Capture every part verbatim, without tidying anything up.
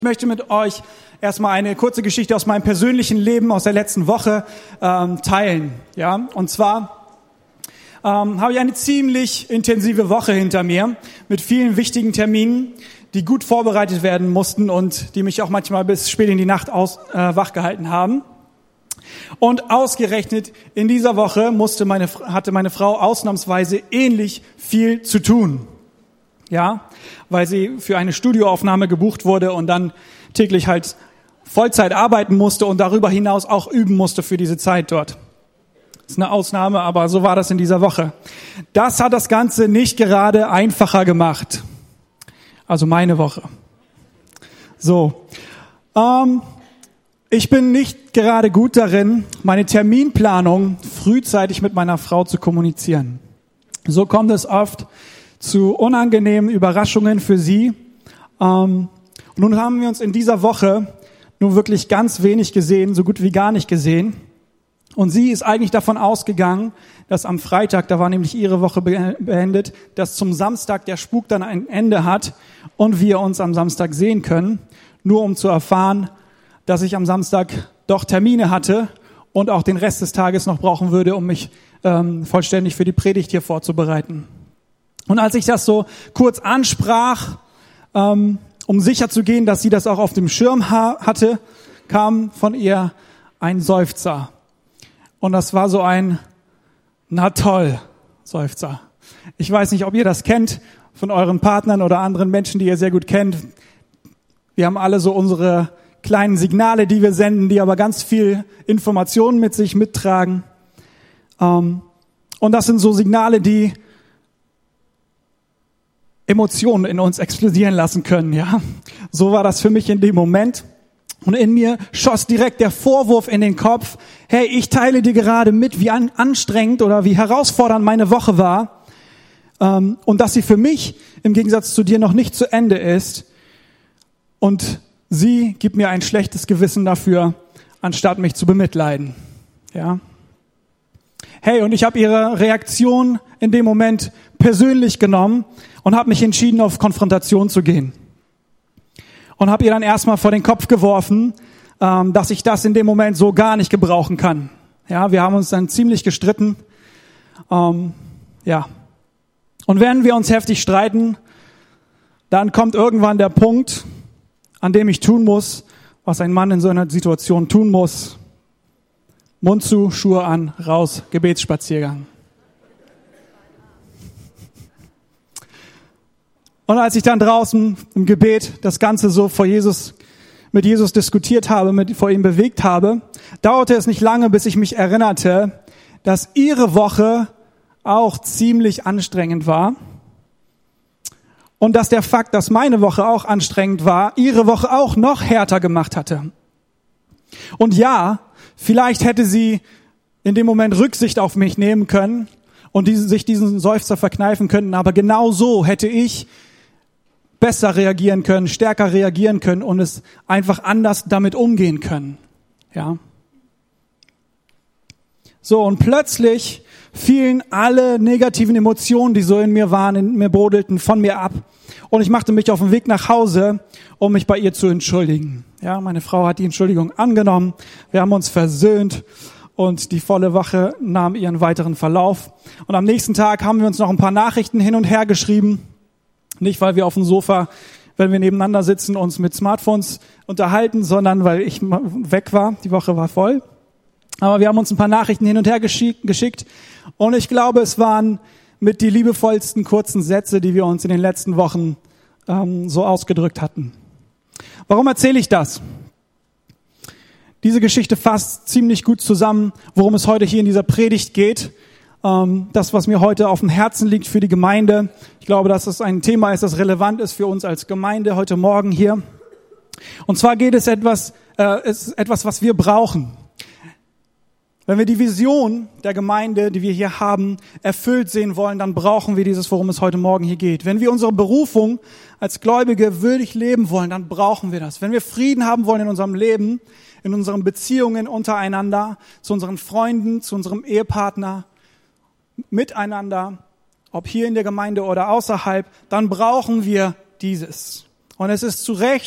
Ich möchte mit euch erstmal eine kurze Geschichte aus meinem persönlichen Leben aus der letzten Woche ähm, teilen. Ja, und zwar ähm, habe ich eine ziemlich intensive Woche hinter mir mit vielen wichtigen Terminen, die gut vorbereitet werden mussten und die mich auch manchmal bis spät in die Nacht aus, äh, wachgehalten haben. Und ausgerechnet in dieser Woche musste meine, hatte meine Frau ausnahmsweise ähnlich viel zu tun. Ja, weil sie für eine Studioaufnahme gebucht wurde und dann täglich halt Vollzeit arbeiten musste und darüber hinaus auch üben musste für diese Zeit dort. Das ist eine Ausnahme, aber so war das in dieser Woche. Das hat das Ganze nicht gerade einfacher gemacht. Also meine Woche. So, ähm, ich bin nicht gerade gut darin, meine Terminplanung frühzeitig mit meiner Frau zu kommunizieren. So kommt es oft zu unangenehmen Überraschungen für sie. Ähm, und nun haben wir uns in dieser Woche nur wirklich ganz wenig gesehen, so gut wie gar nicht gesehen. Und sie ist eigentlich davon ausgegangen, dass am Freitag, da war nämlich ihre Woche beendet, dass zum Samstag der Spuk dann ein Ende hat und wir uns am Samstag sehen können, nur um zu erfahren, dass ich am Samstag doch Termine hatte und auch den Rest des Tages noch brauchen würde, um mich ähm, vollständig für die Predigt hier vorzubereiten. Und als ich das so kurz ansprach, ähm, um sicher zu gehen, dass sie das auch auf dem Schirm ha- hatte, kam von ihr ein Seufzer. Und das war so ein, na toll, Seufzer. Ich weiß nicht, ob ihr das kennt von euren Partnern oder anderen Menschen, die ihr sehr gut kennt. Wir haben alle so unsere kleinen Signale, die wir senden, die aber ganz viel Informationen mit sich mittragen. Ähm, und das sind so Signale, die Emotionen in uns explodieren lassen können, ja. So war das für mich in dem Moment. Und in mir schoss direkt der Vorwurf in den Kopf, hey, ich teile dir gerade mit, wie anstrengend oder wie herausfordernd meine Woche war. Ähm, und dass sie für mich im Gegensatz zu dir noch nicht zu Ende ist. Und sie gibt mir ein schlechtes Gewissen dafür, anstatt mich zu bemitleiden, ja. Hey, und ich habe ihre Reaktion in dem Moment persönlich genommen und habe mich entschieden, auf Konfrontation zu gehen. Und habe ihr dann erstmal vor den Kopf geworfen, ähm, dass ich das in dem Moment so gar nicht gebrauchen kann. Ja, wir haben uns dann ziemlich gestritten. Ähm, ja. Und wenn wir uns heftig streiten, dann kommt irgendwann der Punkt, an dem ich tun muss, was ein Mann in so einer Situation tun muss. Mund zu, Schuhe an, raus, Gebetsspaziergang. Und als ich dann draußen im Gebet das Ganze so vor Jesus, mit Jesus diskutiert habe, mit, vor ihm bewegt habe, dauerte es nicht lange, bis ich mich erinnerte, dass ihre Woche auch ziemlich anstrengend war. Und dass der Fakt, dass meine Woche auch anstrengend war, ihre Woche auch noch härter gemacht hatte. Und ja, vielleicht hätte sie in dem Moment Rücksicht auf mich nehmen können und diese, sich diesen Seufzer verkneifen können, aber genau so hätte ich besser reagieren können, stärker reagieren können und es einfach anders damit umgehen können. Ja. So, und plötzlich fielen alle negativen Emotionen, die so in mir waren, in mir brodelten, von mir ab. Und ich machte mich auf den Weg nach Hause, um mich bei ihr zu entschuldigen. Ja, meine Frau hat die Entschuldigung angenommen. Wir haben uns versöhnt und die volle Woche nahm ihren weiteren Verlauf. Und am nächsten Tag haben wir uns noch ein paar Nachrichten hin und her geschrieben. Nicht, weil wir auf dem Sofa, wenn wir nebeneinander sitzen, uns mit Smartphones unterhalten, sondern weil ich weg war. Die Woche war voll. Aber wir haben uns ein paar Nachrichten hin und her geschickt. Und ich glaube, es waren mit die liebevollsten kurzen Sätze, die wir uns in den letzten Wochen ähm, so ausgedrückt hatten. Warum erzähle ich das? Diese Geschichte fasst ziemlich gut zusammen, worum es heute hier in dieser Predigt geht. Ähm, das, was mir heute auf dem Herzen liegt für die Gemeinde. Ich glaube, dass es ein Thema ist, das relevant ist für uns als Gemeinde heute Morgen hier. Und zwar geht es etwas, äh, es ist etwas, was wir brauchen. Wenn wir die Vision der Gemeinde, die wir hier haben, erfüllt sehen wollen, dann brauchen wir dieses, worum es heute Morgen hier geht. Wenn wir unsere Berufung als Gläubige würdig leben wollen, dann brauchen wir das. Wenn wir Frieden haben wollen in unserem Leben, in unseren Beziehungen untereinander, zu unseren Freunden, zu unserem Ehepartner, miteinander, ob hier in der Gemeinde oder außerhalb, dann brauchen wir dieses. Und es ist zu Recht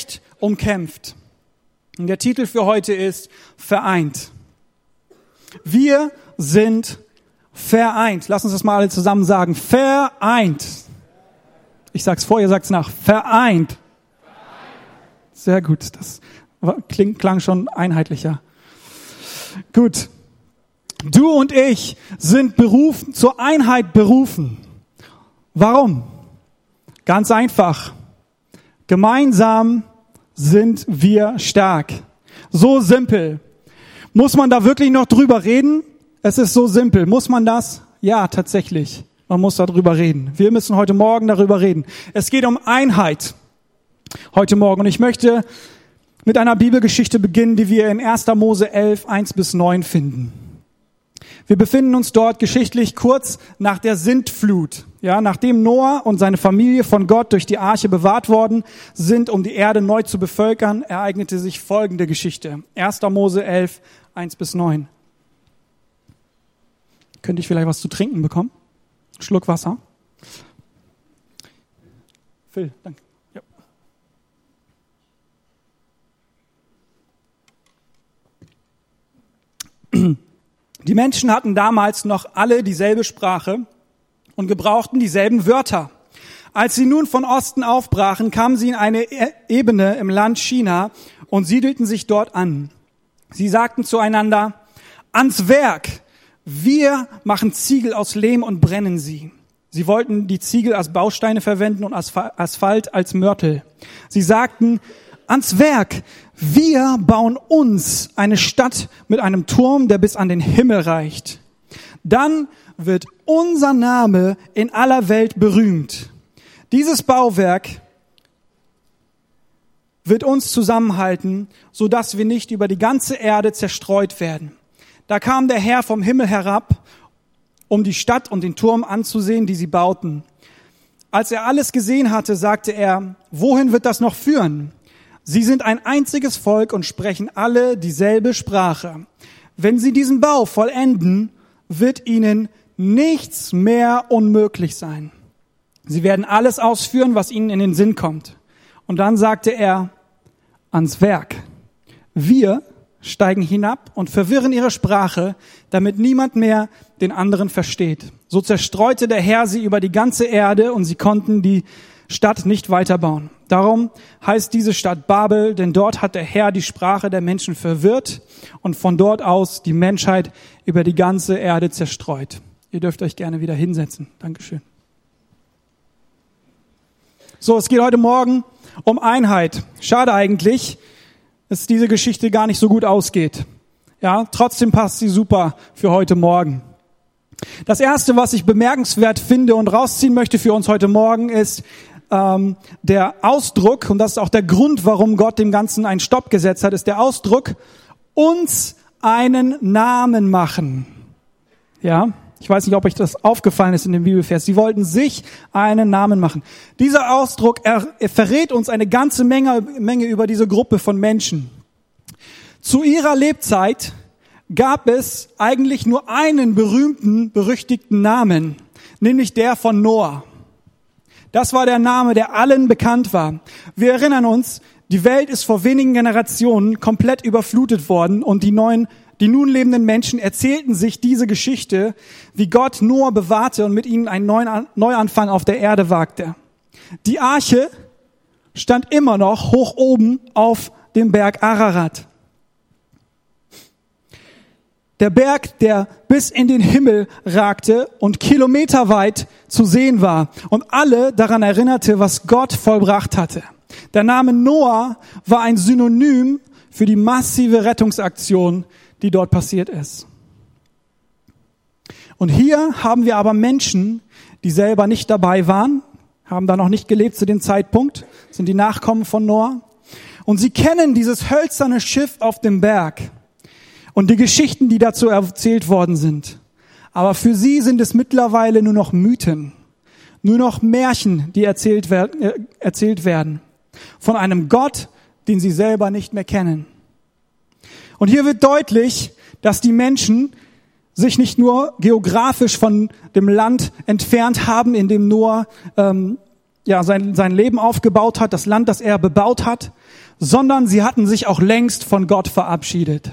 umkämpft. Und der Titel für heute ist Vereint. Wir sind vereint. Lass uns das mal alle zusammen sagen. Vereint. Ich sag's vor, ihr sagt's nach. Vereint. Sehr gut. Das klingt, klang schon einheitlicher. Gut. Du und ich sind berufen, zur Einheit berufen. Warum? Ganz einfach. Gemeinsam sind wir stark. So simpel. Muss man da wirklich noch drüber reden? Es ist so simpel. Muss man das? Ja, tatsächlich. Man muss darüber reden. Wir müssen heute Morgen darüber reden. Es geht um Einheit heute Morgen. Und ich möchte mit einer Bibelgeschichte beginnen, die wir in erster Mose elf, eins bis neun finden. Wir befinden uns dort geschichtlich kurz nach der Sintflut. Ja, nachdem Noah und seine Familie von Gott durch die Arche bewahrt worden sind, um die Erde neu zu bevölkern, ereignete sich folgende Geschichte. erster Mose elf, eins bis neun. Könnte ich vielleicht was zu trinken bekommen? Schluck Wasser. Phil, danke. Ja. Die Menschen hatten damals noch alle dieselbe Sprache und gebrauchten dieselben Wörter. Als sie nun von Osten aufbrachen, kamen sie in eine Ebene im Land China und siedelten sich dort an. Sie sagten zueinander, ans Werk! Wir machen Ziegel aus Lehm und brennen sie. Sie wollten die Ziegel als Bausteine verwenden und Asphalt als Mörtel. Sie sagten, ans Werk! Wir bauen uns eine Stadt mit einem Turm, der bis an den Himmel reicht. Dann wird unser Name in aller Welt berühmt. Dieses Bauwerk wird uns zusammenhalten, sodass wir nicht über die ganze Erde zerstreut werden. Da kam der Herr vom Himmel herab, um die Stadt und den Turm anzusehen, die sie bauten. Als er alles gesehen hatte, sagte er, wohin wird das noch führen? Sie sind ein einziges Volk und sprechen alle dieselbe Sprache. Wenn sie diesen Bau vollenden, wird ihnen nichts mehr unmöglich sein. Sie werden alles ausführen, was ihnen in den Sinn kommt. Und dann sagte er, ans Werk. Wir steigen hinab und verwirren ihre Sprache, damit niemand mehr den anderen versteht. So zerstreute der Herr sie über die ganze Erde und sie konnten die Stadt nicht weiterbauen. Darum heißt diese Stadt Babel, denn dort hat der Herr die Sprache der Menschen verwirrt und von dort aus die Menschheit über die ganze Erde zerstreut. Ihr dürft euch gerne wieder hinsetzen. Dankeschön. So, es geht heute Morgen um Einheit. Schade eigentlich, dass diese Geschichte gar nicht so gut ausgeht. Ja, trotzdem passt sie super für heute Morgen. Das Erste, was ich bemerkenswert finde und rausziehen möchte für uns heute Morgen, ist ähm, der Ausdruck, und das ist auch der Grund, warum Gott dem Ganzen einen Stopp gesetzt hat, ist der Ausdruck, uns einen Namen machen. Ja, ich weiß nicht, ob euch das aufgefallen ist in dem Bibelvers. Sie wollten sich einen Namen machen. Dieser Ausdruck er, er verrät uns eine ganze Menge, Menge über diese Gruppe von Menschen. Zu ihrer Lebzeit gab es eigentlich nur einen berühmten, berüchtigten Namen, nämlich der von Noah. Das war der Name, der allen bekannt war. Wir erinnern uns, die Welt ist vor wenigen Generationen komplett überflutet worden und die neuen, die nun lebenden Menschen erzählten sich diese Geschichte, wie Gott Noah bewahrte und mit ihnen einen neuen Neuanfang auf der Erde wagte. Die Arche stand immer noch hoch oben auf dem Berg Ararat. Der Berg, der bis in den Himmel ragte und kilometerweit zu sehen war und alle daran erinnerte, was Gott vollbracht hatte. Der Name Noah war ein Synonym für die massive Rettungsaktion, die dort passiert ist. Und hier haben wir aber Menschen, die selber nicht dabei waren, haben da noch nicht gelebt zu dem Zeitpunkt, sind die Nachkommen von Noah. Und sie kennen dieses hölzerne Schiff auf dem Berg und die Geschichten, die dazu erzählt worden sind. Aber für sie sind es mittlerweile nur noch Mythen, nur noch Märchen, die erzählt werden, äh, erzählt werden von einem Gott, den sie selber nicht mehr kennen. Und hier wird deutlich, dass die Menschen sich nicht nur geografisch von dem Land entfernt haben, in dem Noah ähm, ja sein, sein Leben aufgebaut hat, das Land, das er bebaut hat, sondern sie hatten sich auch längst von Gott verabschiedet.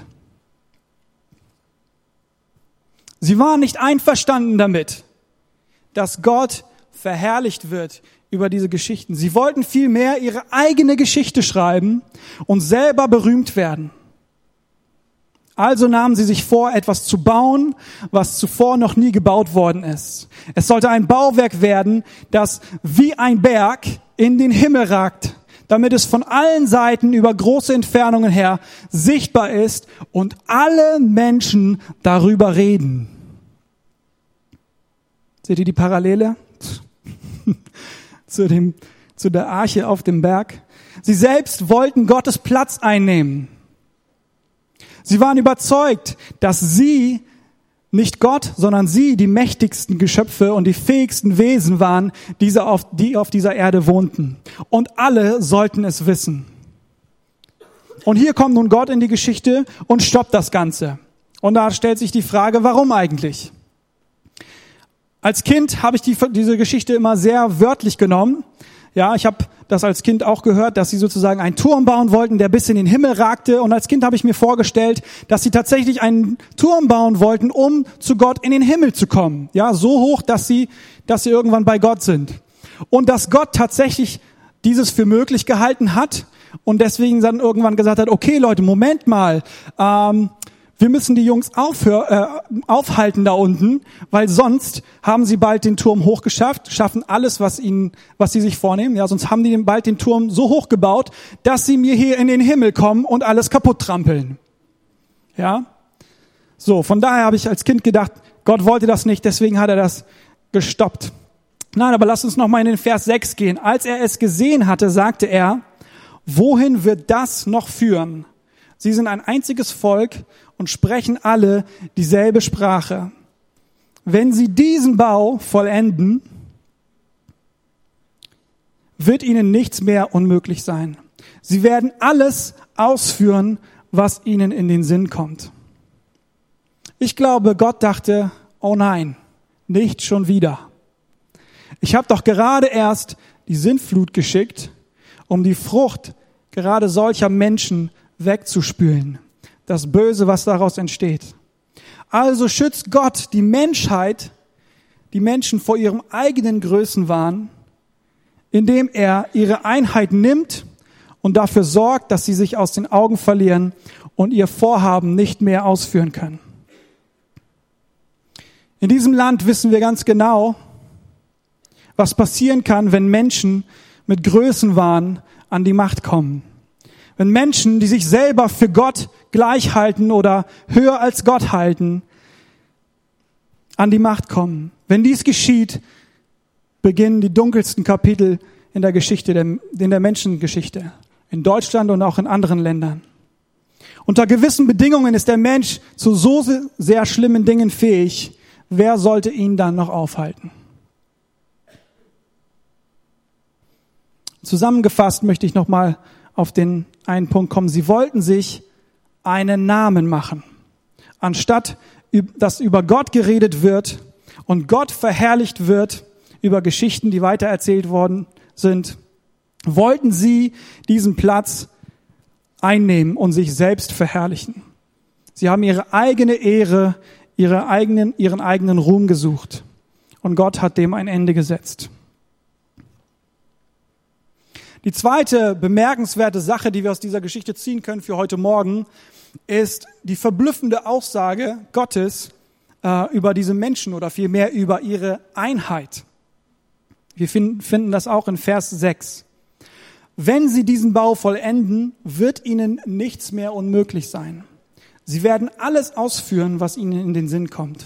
Sie waren nicht einverstanden damit, dass Gott verherrlicht wird über diese Geschichten. Sie wollten vielmehr ihre eigene Geschichte schreiben und selber berühmt werden. Also nahmen sie sich vor, etwas zu bauen, was zuvor noch nie gebaut worden ist. Es sollte ein Bauwerk werden, das wie ein Berg in den Himmel ragt, damit es von allen Seiten über große Entfernungen her sichtbar ist und alle Menschen darüber reden. Seht ihr die Parallele zu dem, zu der Arche auf dem Berg? Sie selbst wollten Gottes Platz einnehmen. Sie waren überzeugt, dass sie, nicht Gott, sondern sie die mächtigsten Geschöpfe und die fähigsten Wesen waren, diese auf, die auf dieser Erde wohnten. Und alle sollten es wissen. Und hier kommt nun Gott in die Geschichte und stoppt das Ganze. Und da stellt sich die Frage, warum eigentlich? Als Kind habe ich die, diese Geschichte immer sehr wörtlich genommen. Ja, ich habe das als Kind auch gehört, dass sie sozusagen einen Turm bauen wollten, der bis in den Himmel ragte. Und als Kind habe ich mir vorgestellt, dass sie tatsächlich einen Turm bauen wollten, um zu Gott in den Himmel zu kommen. Ja, so hoch, dass sie, dass sie irgendwann bei Gott sind. Und dass Gott tatsächlich dieses für möglich gehalten hat und deswegen dann irgendwann gesagt hat, okay Leute, Moment mal, ähm, wir müssen die Jungs aufhör, äh, aufhalten da unten, weil sonst haben sie bald den Turm hochgeschafft, schaffen alles, was ihnen, was sie sich vornehmen. Ja, sonst haben die bald den Turm so hoch gebaut, dass sie mir hier in den Himmel kommen und alles kaputt trampeln. Ja, so von daher habe ich als Kind gedacht, Gott wollte das nicht, deswegen hat er das gestoppt. Nein, aber lass uns noch mal in den Vers sechs gehen. Als er es gesehen hatte, sagte er: Wohin wird das noch führen? Sie sind ein einziges Volk und sprechen alle dieselbe Sprache. Wenn sie diesen Bau vollenden, wird ihnen nichts mehr unmöglich sein. Sie werden alles ausführen, was ihnen in den Sinn kommt. Ich glaube, Gott dachte, oh nein, nicht schon wieder. Ich habe doch gerade erst die Sintflut geschickt, um die Frucht gerade solcher Menschen wegzuspülen. Das Böse, was daraus entsteht. Also schützt Gott die Menschheit, die Menschen vor ihrem eigenen Größenwahn, indem er ihre Einheit nimmt und dafür sorgt, dass sie sich aus den Augen verlieren und ihr Vorhaben nicht mehr ausführen können. In diesem Land wissen wir ganz genau, was passieren kann, wenn Menschen mit Größenwahn an die Macht kommen. Wenn Menschen, die sich selber für Gott gleich halten oder höher als Gott halten, an die Macht kommen. Wenn dies geschieht, beginnen die dunkelsten Kapitel in der Geschichte, in der Menschengeschichte, in Deutschland und auch in anderen Ländern. Unter gewissen Bedingungen ist der Mensch zu so sehr schlimmen Dingen fähig. Wer sollte ihn dann noch aufhalten? Zusammengefasst möchte ich nochmal auf den einen Punkt kommen. Sie wollten sich einen Namen machen. Anstatt dass über Gott geredet wird und Gott verherrlicht wird über Geschichten, die weitererzählt worden sind, wollten sie diesen Platz einnehmen und sich selbst verherrlichen. Sie haben ihre eigene Ehre, ihre eigenen, ihren eigenen Ruhm gesucht. Und Gott hat dem ein Ende gesetzt. Die zweite bemerkenswerte Sache, die wir aus dieser Geschichte ziehen können für heute Morgen, ist die verblüffende Aussage Gottes äh, über diese Menschen oder vielmehr über ihre Einheit. Wir finden, finden das auch in Vers sechs. Wenn sie diesen Bau vollenden, wird ihnen nichts mehr unmöglich sein. Sie werden alles ausführen, was ihnen in den Sinn kommt.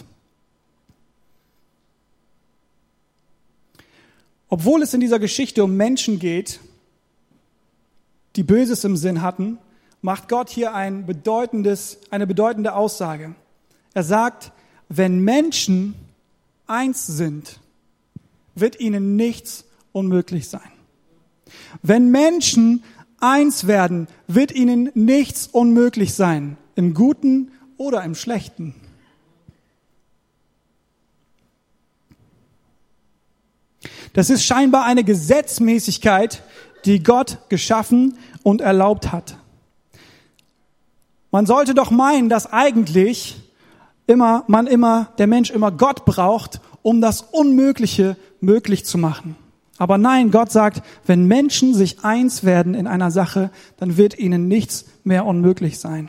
Obwohl es in dieser Geschichte um Menschen geht, die Böses im Sinn hatten, macht Gott hier ein bedeutendes, eine bedeutende Aussage. Er sagt, wenn Menschen eins sind, wird ihnen nichts unmöglich sein. Wenn Menschen eins werden, wird ihnen nichts unmöglich sein, im Guten oder im Schlechten. Das ist scheinbar eine Gesetzmäßigkeit, die Gott geschaffen und erlaubt hat. Man sollte doch meinen, dass eigentlich immer, man immer, der Mensch immer Gott braucht, um das Unmögliche möglich zu machen. Aber nein, Gott sagt, wenn Menschen sich eins werden in einer Sache, dann wird ihnen nichts mehr unmöglich sein.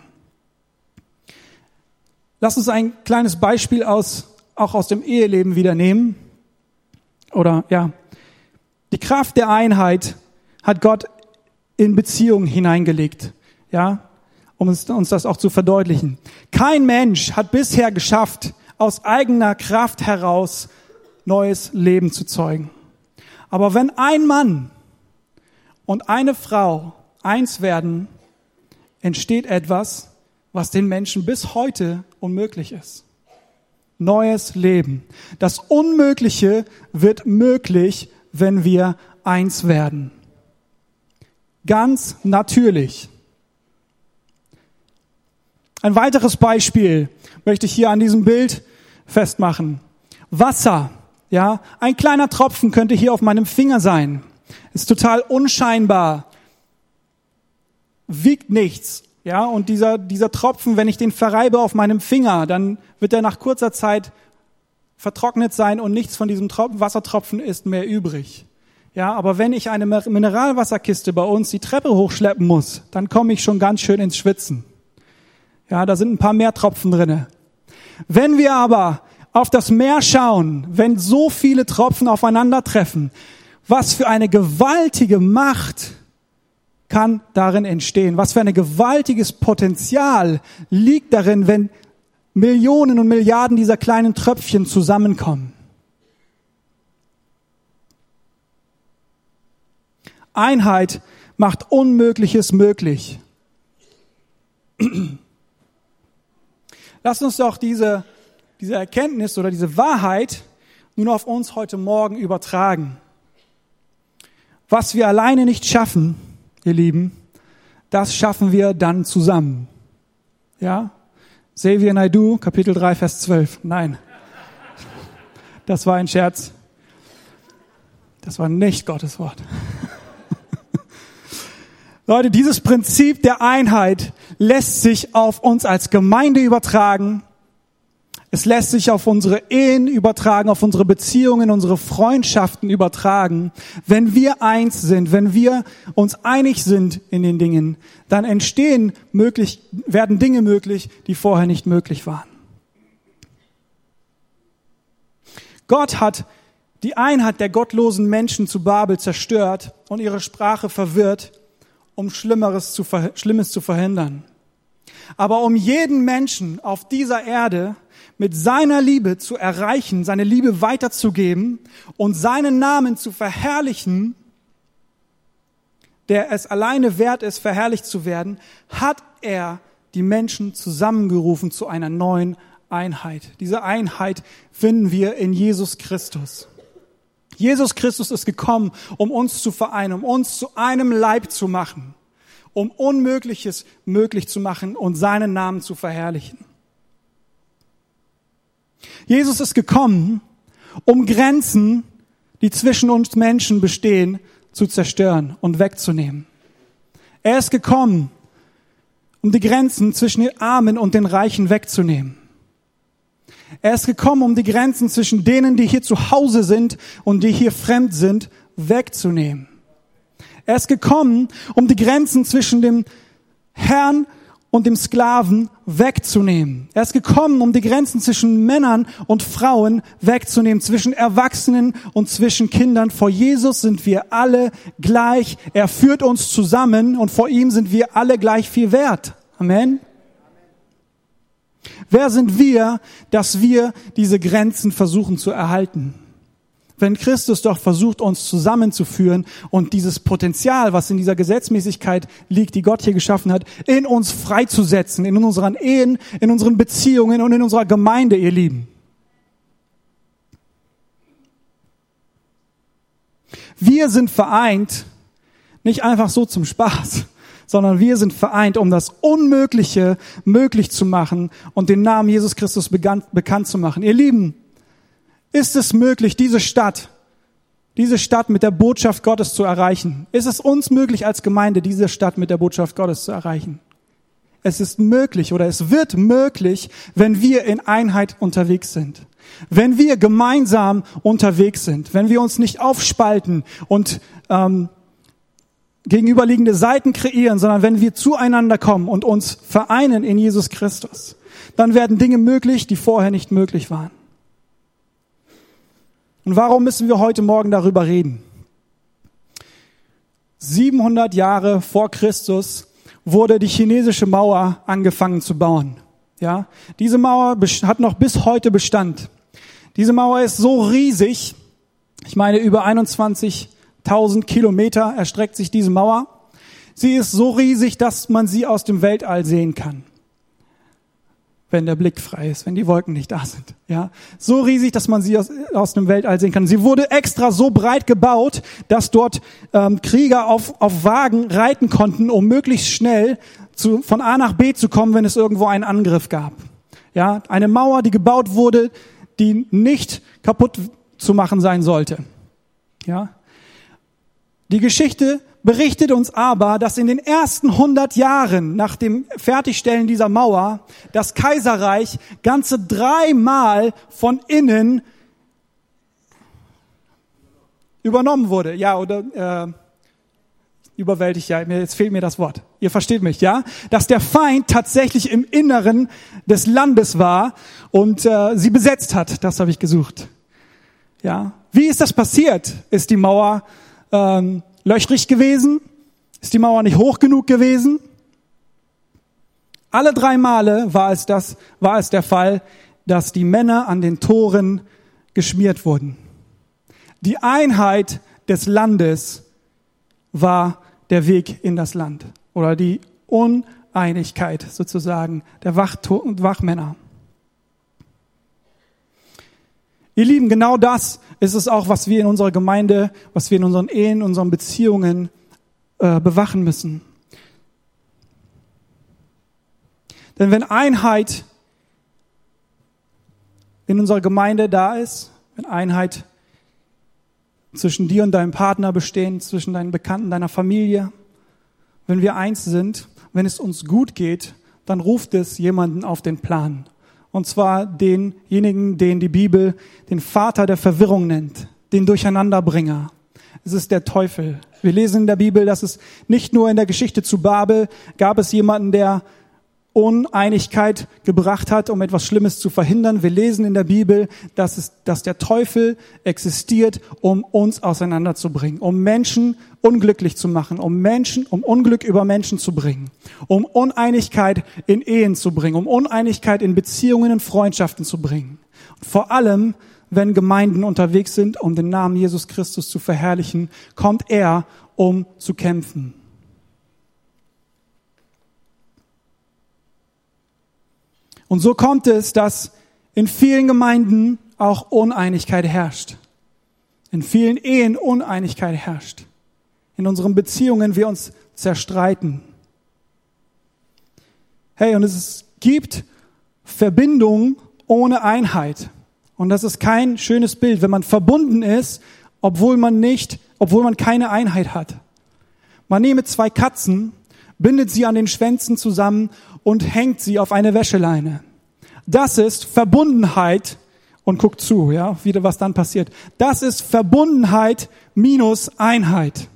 Lass uns ein kleines Beispiel aus, auch aus dem Eheleben wieder nehmen. Oder, ja. Die Kraft der Einheit hat Gott in Beziehungen hineingelegt. Ja. Um uns, uns das auch zu verdeutlichen. Kein Mensch hat bisher geschafft, aus eigener Kraft heraus neues Leben zu zeugen. Aber wenn ein Mann und eine Frau eins werden, entsteht etwas, was den Menschen bis heute unmöglich ist. Neues Leben. Das Unmögliche wird möglich, wenn wir eins werden. Ganz natürlich. Ein weiteres Beispiel möchte ich hier an diesem Bild festmachen. Wasser, ja, ein kleiner Tropfen könnte hier auf meinem Finger sein. Ist total unscheinbar, wiegt nichts, ja, und dieser dieser Tropfen, wenn ich den verreibe auf meinem Finger, dann wird er nach kurzer Zeit vertrocknet sein und nichts von diesem Tropfen, Wassertropfen ist mehr übrig. Ja, aber wenn ich eine Mineralwasserkiste bei uns die Treppe hochschleppen muss, dann komme ich schon ganz schön ins Schwitzen. Ja, da sind ein paar mehr Tropfen drinne. Wenn wir aber auf das Meer schauen, wenn so viele Tropfen aufeinandertreffen, was für eine gewaltige Macht kann darin entstehen? Was für ein gewaltiges Potenzial liegt darin, wenn Millionen und Milliarden dieser kleinen Tröpfchen zusammenkommen? Einheit macht Unmögliches möglich. Lasst uns doch diese, diese Erkenntnis oder diese Wahrheit nun auf uns heute Morgen übertragen. Was wir alleine nicht schaffen, ihr Lieben, das schaffen wir dann zusammen. Ja? Xavier Naidoo, Kapitel drei, Vers zwölf. Nein, das war ein Scherz. Das war nicht Gottes Wort. Leute, dieses Prinzip der Einheit lässt sich auf uns als Gemeinde übertragen. Es lässt sich auf unsere Ehen übertragen, auf unsere Beziehungen, unsere Freundschaften übertragen. Wenn wir eins sind, wenn wir uns einig sind in den Dingen, dann entstehen möglich, werden Dinge möglich, die vorher nicht möglich waren. Gott hat die Einheit der gottlosen Menschen zu Babel zerstört und ihre Sprache verwirrt, um Schlimmeres zu, Schlimmes zu verhindern. Aber um jeden Menschen auf dieser Erde mit seiner Liebe zu erreichen, seine Liebe weiterzugeben und seinen Namen zu verherrlichen, der es alleine wert ist, verherrlicht zu werden, hat er die Menschen zusammengerufen zu einer neuen Einheit. Diese Einheit finden wir in Jesus Christus. Jesus Christus ist gekommen, um uns zu vereinen, um uns zu einem Leib zu machen, um Unmögliches möglich zu machen und seinen Namen zu verherrlichen. Jesus ist gekommen, um Grenzen, die zwischen uns Menschen bestehen, zu zerstören und wegzunehmen. Er ist gekommen, um die Grenzen zwischen den Armen und den Reichen wegzunehmen. Er ist gekommen, um die Grenzen zwischen denen, die hier zu Hause sind und die hier fremd sind, wegzunehmen. Er ist gekommen, um die Grenzen zwischen dem Herrn und dem Sklaven wegzunehmen. Er ist gekommen, um die Grenzen zwischen Männern und Frauen wegzunehmen, zwischen Erwachsenen und zwischen Kindern. Vor Jesus sind wir alle gleich. Er führt uns zusammen und vor ihm sind wir alle gleich viel wert. Amen. Wer sind wir, dass wir diese Grenzen versuchen zu erhalten? Wenn Christus doch versucht, uns zusammenzuführen und dieses Potenzial, was in dieser Gesetzmäßigkeit liegt, die Gott hier geschaffen hat, in uns freizusetzen, in unseren Ehen, in unseren Beziehungen und in unserer Gemeinde, ihr Lieben. Wir sind vereint, nicht einfach so zum Spaß, sondern wir sind vereint, um das Unmögliche möglich zu machen und den Namen Jesus Christus bekannt, bekannt zu machen. Ihr Lieben, ist es möglich, diese Stadt diese Stadt mit der Botschaft Gottes zu erreichen? Ist es uns möglich als Gemeinde, diese Stadt mit der Botschaft Gottes zu erreichen? Es ist möglich oder es wird möglich, wenn wir in Einheit unterwegs sind. Wenn wir gemeinsam unterwegs sind. Wenn wir uns nicht aufspalten und ähm, gegenüberliegende Seiten kreieren, sondern wenn wir zueinander kommen und uns vereinen in Jesus Christus, dann werden Dinge möglich, die vorher nicht möglich waren. Und warum müssen wir heute Morgen darüber reden? siebenhundert Jahre vor Christus wurde die chinesische Mauer angefangen zu bauen. Ja, diese Mauer hat noch bis heute Bestand. Diese Mauer ist so riesig, ich meine über einundzwanzigtausend Kilometer erstreckt sich diese Mauer. Sie ist so riesig, dass man sie aus dem Weltall sehen kann. Wenn der Blick frei ist, wenn die Wolken nicht da sind. Ja, so riesig, dass man sie aus, aus dem Weltall sehen kann. Sie wurde extra so breit gebaut, dass dort ähm, Krieger auf, auf Wagen reiten konnten, um möglichst schnell zu, von A nach B zu kommen, wenn es irgendwo einen Angriff gab. Ja, eine Mauer, die gebaut wurde, die nicht kaputt zu machen sein sollte. Ja, die Geschichte berichtet uns aber, dass in den ersten hundert Jahren nach dem Fertigstellen dieser Mauer das Kaiserreich ganze dreimal von innen übernommen wurde. Ja, oder äh, überwältigt, ja, jetzt fehlt mir das Wort. Ihr versteht mich, ja? Dass der Feind tatsächlich im Inneren des Landes war und äh, sie besetzt hat. Das habe ich gesucht. Ja, wie ist das passiert? Ist die Mauer ähm, löchrig gewesen? Ist die Mauer nicht hoch genug gewesen? Alle drei Male war es das, war es der Fall, dass die Männer an den Toren geschmiert wurden. Die Einheit des Landes war der Weg in das Land oder die Uneinigkeit sozusagen der Wachto- und Wachmänner. Ihr Lieben, genau das ist es auch, was wir in unserer Gemeinde, was wir in unseren Ehen, in unseren Beziehungen äh, bewachen müssen. Denn wenn Einheit in unserer Gemeinde da ist, wenn Einheit zwischen dir und deinem Partner bestehen, zwischen deinen Bekannten, deiner Familie, wenn wir eins sind, wenn es uns gut geht, dann ruft es jemanden auf den Plan. Und zwar denjenigen, den die Bibel den Vater der Verwirrung nennt, den Durcheinanderbringer. Es ist der Teufel. Wir lesen in der Bibel, dass es nicht nur in der Geschichte zu Babel gab es jemanden, der Uneinigkeit gebracht hat, um etwas Schlimmes zu verhindern. Wir lesen in der Bibel, dass es, dass der Teufel existiert, um uns auseinanderzubringen, um Menschen unglücklich zu machen, um Menschen, um Unglück über Menschen zu bringen, um Uneinigkeit in Ehen zu bringen, um Uneinigkeit in Beziehungen und Freundschaften zu bringen. Und vor allem, wenn Gemeinden unterwegs sind, um den Namen Jesus Christus zu verherrlichen, kommt er, um zu kämpfen. Und so kommt es, dass in vielen Gemeinden auch Uneinigkeit herrscht. In vielen Ehen Uneinigkeit herrscht. In unseren Beziehungen wir uns zerstreiten. Hey, und es gibt Verbindung ohne Einheit. Und das ist kein schönes Bild, wenn man verbunden ist, obwohl man nicht, obwohl man keine Einheit hat. Man nehme zwei Katzen, bindet sie an den Schwänzen zusammen und hängt sie auf eine Wäscheleine. Das ist Verbundenheit und guckt zu, ja, wieder was dann passiert. Das ist Verbundenheit minus Einheit.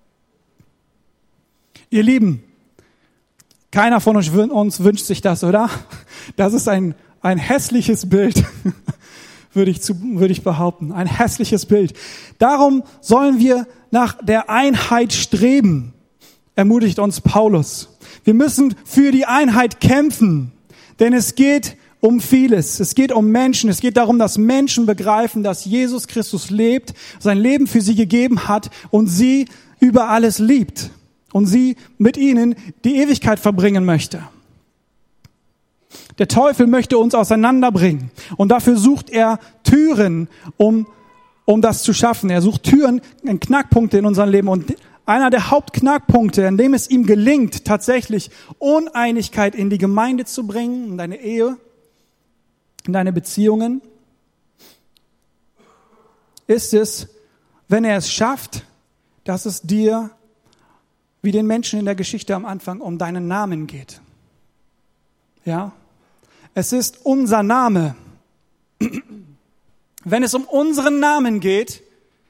Ihr Lieben, keiner von uns wünscht sich das, oder? Das ist ein ein hässliches Bild, würde ich zu, würde ich behaupten, ein hässliches Bild. Darum sollen wir nach der Einheit streben, ermutigt uns Paulus. Wir müssen für die Einheit kämpfen, denn es geht um vieles. Es geht um Menschen. Es geht darum, dass Menschen begreifen, dass Jesus Christus lebt, sein Leben für sie gegeben hat und sie über alles liebt und sie mit ihnen die Ewigkeit verbringen möchte. Der Teufel möchte uns auseinanderbringen und dafür sucht er Türen, um, um das zu schaffen. Er sucht Türen, Knackpunkte in unserem Leben und einer der Hauptknackpunkte, in dem es ihm gelingt, tatsächlich Uneinigkeit in die Gemeinde zu bringen, in deine Ehe, in deine Beziehungen, ist es, wenn er es schafft, dass es dir, wie den Menschen in der Geschichte am Anfang, um deinen Namen geht. Ja? Es ist unser Name. Wenn es um unseren Namen geht,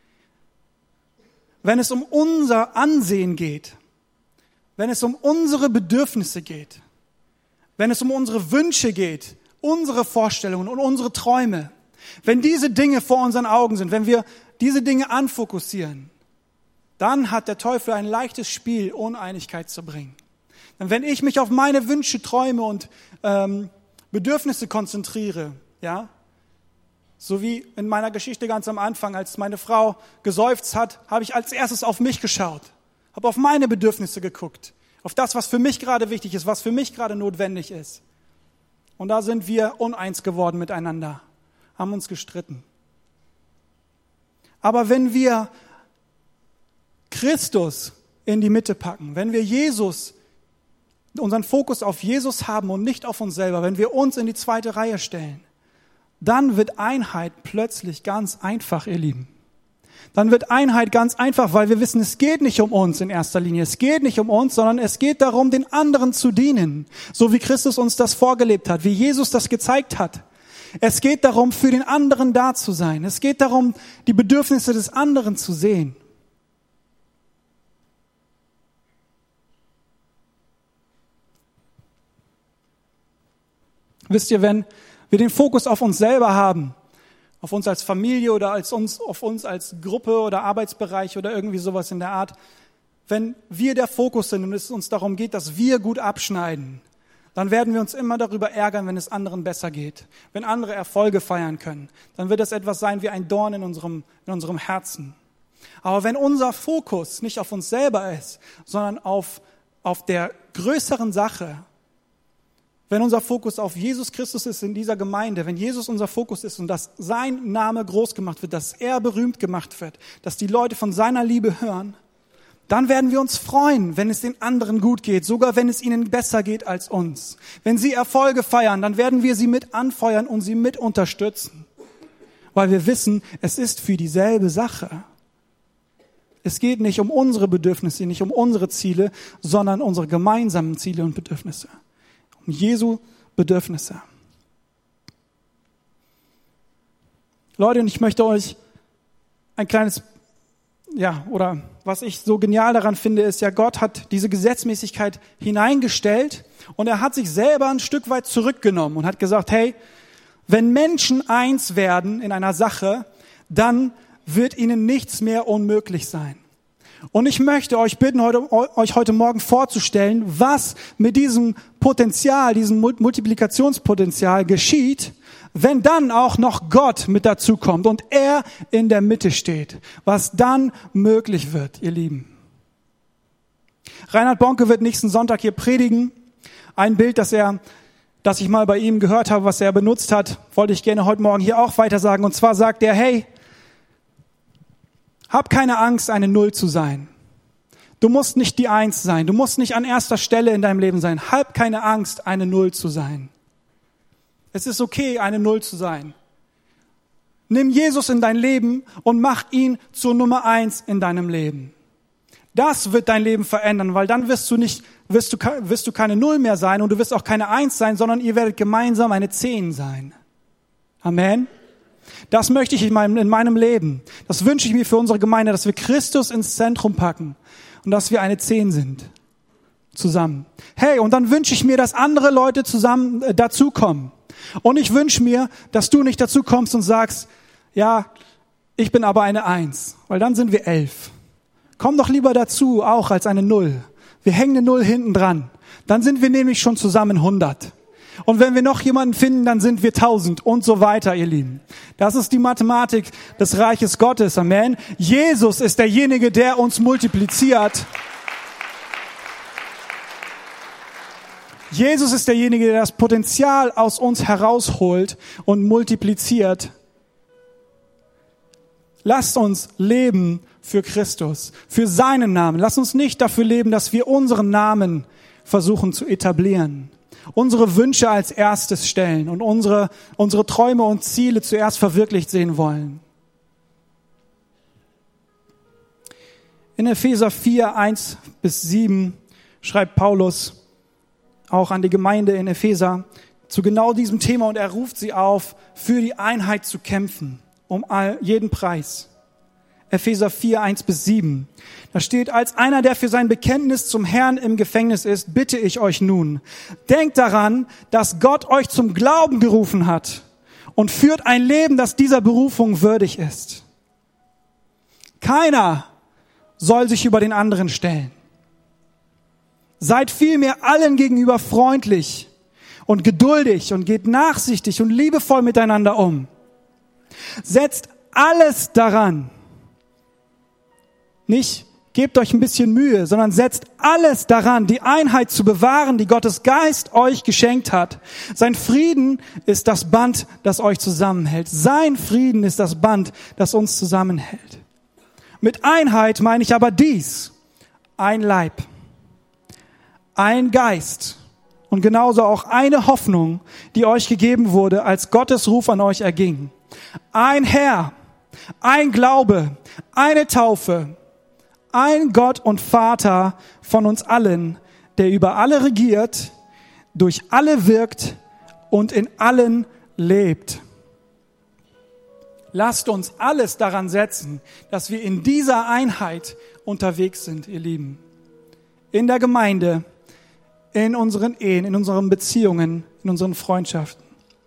wenn es um unser Ansehen geht, wenn es um unsere Bedürfnisse geht, wenn es um unsere Wünsche geht, unsere Vorstellungen und unsere Träume, wenn diese Dinge vor unseren Augen sind, wenn wir diese Dinge anfokussieren, dann hat der Teufel ein leichtes Spiel, Uneinigkeit zu bringen. Denn wenn ich mich auf meine Wünsche, Träume und ähm, Bedürfnisse konzentriere, ja, so wie in meiner Geschichte ganz am Anfang, als meine Frau geseufzt hat, habe ich als erstes auf mich geschaut, habe auf meine Bedürfnisse geguckt, auf das, was für mich gerade wichtig ist, was für mich gerade notwendig ist. Und da sind wir uneins geworden miteinander, haben uns gestritten. Aber wenn wir Christus in die Mitte packen, wenn wir Jesus, unseren Fokus auf Jesus haben und nicht auf uns selber, wenn wir uns in die zweite Reihe stellen, dann wird Einheit plötzlich ganz einfach, ihr Lieben. Dann wird Einheit ganz einfach, weil wir wissen, es geht nicht um uns in erster Linie. Es geht nicht um uns, sondern es geht darum, den anderen zu dienen. So wie Christus uns das vorgelebt hat, wie Jesus das gezeigt hat. Es geht darum, für den anderen da zu sein. Es geht darum, die Bedürfnisse des anderen zu sehen. Wisst ihr, wenn wir den Fokus auf uns selber haben, auf uns als Familie oder als uns, auf uns als Gruppe oder Arbeitsbereich oder irgendwie sowas in der Art, wenn wir der Fokus sind und es uns darum geht, dass wir gut abschneiden, dann werden wir uns immer darüber ärgern, wenn es anderen besser geht. Wenn andere Erfolge feiern können, dann wird das etwas sein wie ein Dorn in unserem, in unserem Herzen. Aber wenn unser Fokus nicht auf uns selber ist, sondern auf, auf der größeren Sache, wenn unser Fokus auf Jesus Christus ist in dieser Gemeinde, wenn Jesus unser Fokus ist und dass sein Name groß gemacht wird, dass er berühmt gemacht wird, dass die Leute von seiner Liebe hören, dann werden wir uns freuen, wenn es den anderen gut geht, sogar wenn es ihnen besser geht als uns. Wenn sie Erfolge feiern, dann werden wir sie mit anfeuern und sie mit unterstützen, weil wir wissen, es ist für dieselbe Sache. Es geht nicht um unsere Bedürfnisse, nicht um unsere Ziele, sondern unsere gemeinsamen Ziele und Bedürfnisse. Um Jesu Bedürfnisse. Leute, und ich möchte euch ein kleines, ja, oder was ich so genial daran finde, ist ja, Gott hat diese Gesetzmäßigkeit hineingestellt und er hat sich selber ein Stück weit zurückgenommen und hat gesagt, hey, wenn Menschen eins werden in einer Sache, dann wird ihnen nichts mehr unmöglich sein. Und ich möchte euch bitten, heute, euch heute Morgen vorzustellen, was mit diesem Potenzial, diesem Multiplikationspotenzial geschieht, wenn dann auch noch Gott mit dazu kommt und er in der Mitte steht, was dann möglich wird, ihr Lieben. Reinhard Bonke wird nächsten Sonntag hier predigen. Ein Bild, das er, das ich mal bei ihm gehört habe, was er benutzt hat, wollte ich gerne heute Morgen hier auch weiter sagen. Und zwar sagt er, hey, hab keine Angst, eine Null zu sein. Du musst nicht die Eins sein. Du musst nicht an erster Stelle in deinem Leben sein. Hab keine Angst, eine Null zu sein. Es ist okay, eine Null zu sein. Nimm Jesus in dein Leben und mach ihn zur Nummer eins in deinem Leben. Das wird dein Leben verändern, weil dann wirst du nicht, wirst du, wirst du keine Null mehr sein und du wirst auch keine Eins sein, sondern ihr werdet gemeinsam eine Zehn sein. Amen. Das möchte ich in meinem, in meinem Leben. Das wünsche ich mir für unsere Gemeinde, dass wir Christus ins Zentrum packen und dass wir eine Zehn sind. Zusammen. Hey, und dann wünsche ich mir, dass andere Leute zusammen äh, dazukommen. Und ich wünsche mir, dass du nicht dazu kommst und sagst, ja, ich bin aber eine Eins, weil dann sind wir elf. Komm doch lieber dazu, auch als eine Null. Wir hängen eine Null hinten dran. Dann sind wir nämlich schon zusammen hundert. Und wenn wir noch jemanden finden, dann sind wir tausend und so weiter, ihr Lieben. Das ist die Mathematik des Reiches Gottes. Amen. Jesus ist derjenige, der uns multipliziert. Jesus ist derjenige, der das Potenzial aus uns herausholt und multipliziert. Lasst uns leben für Christus, für seinen Namen. Lasst uns nicht dafür leben, dass wir unseren Namen versuchen zu etablieren. Unsere Wünsche als erstes stellen und unsere, unsere Träume und Ziele zuerst verwirklicht sehen wollen. In Epheser vier, eins bis sieben schreibt Paulus auch an die Gemeinde in Epheser zu genau diesem Thema und er ruft sie auf, für die Einheit zu kämpfen, um all, jeden Preis. Epheser vier, eins bis sieben. Da steht, als einer, der für sein Bekenntnis zum Herrn im Gefängnis ist, bitte ich euch nun, denkt daran, dass Gott euch zum Glauben gerufen hat und führt ein Leben, das dieser Berufung würdig ist. Keiner soll sich über den anderen stellen. Seid vielmehr allen gegenüber freundlich und geduldig und geht nachsichtig und liebevoll miteinander um. Setzt alles daran, nicht gebt euch ein bisschen Mühe, sondern setzt alles daran, die Einheit zu bewahren, die Gottes Geist euch geschenkt hat. Sein Frieden ist das Band, das euch zusammenhält. Sein Frieden ist das Band, das uns zusammenhält. Mit Einheit meine ich aber dies: ein Leib, ein Geist und genauso auch eine Hoffnung, die euch gegeben wurde, als Gottes Ruf an euch erging. Ein Herr, ein Glaube, eine Taufe, ein Gott und Vater von uns allen, der über alle regiert, durch alle wirkt und in allen lebt. Lasst uns alles daran setzen, dass wir in dieser Einheit unterwegs sind, ihr Lieben. In der Gemeinde, in unseren Ehen, in unseren Beziehungen, in unseren Freundschaften.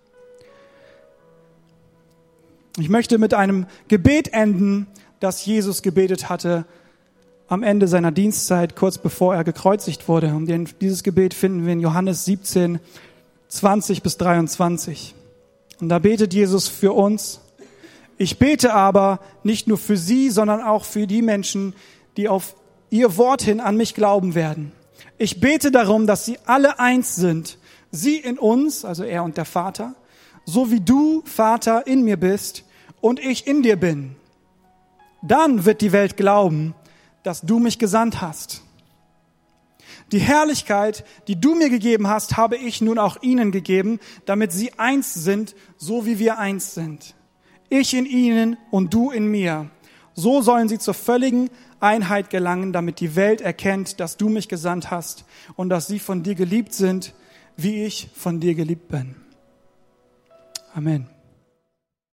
Ich möchte mit einem Gebet enden, das Jesus gebetet hatte am Ende seiner Dienstzeit, kurz bevor er gekreuzigt wurde. Und dieses Gebet finden wir in Johannes siebzehn, zwanzig bis dreiundzwanzig. Und da betet Jesus für uns. Ich bete aber nicht nur für sie, sondern auch für die Menschen, die auf ihr Wort hin an mich glauben werden. Ich bete darum, dass sie alle eins sind. Sie in uns, also er und der Vater, so wie du, Vater, in mir bist und ich in dir bin. Dann wird die Welt glauben, dass du mich gesandt hast. Die Herrlichkeit, die du mir gegeben hast, habe ich nun auch ihnen gegeben, damit sie eins sind, so wie wir eins sind. Ich in ihnen und du in mir. So sollen sie zur völligen Einheit gelangen, damit die Welt erkennt, dass du mich gesandt hast und dass sie von dir geliebt sind, wie ich von dir geliebt bin. Amen.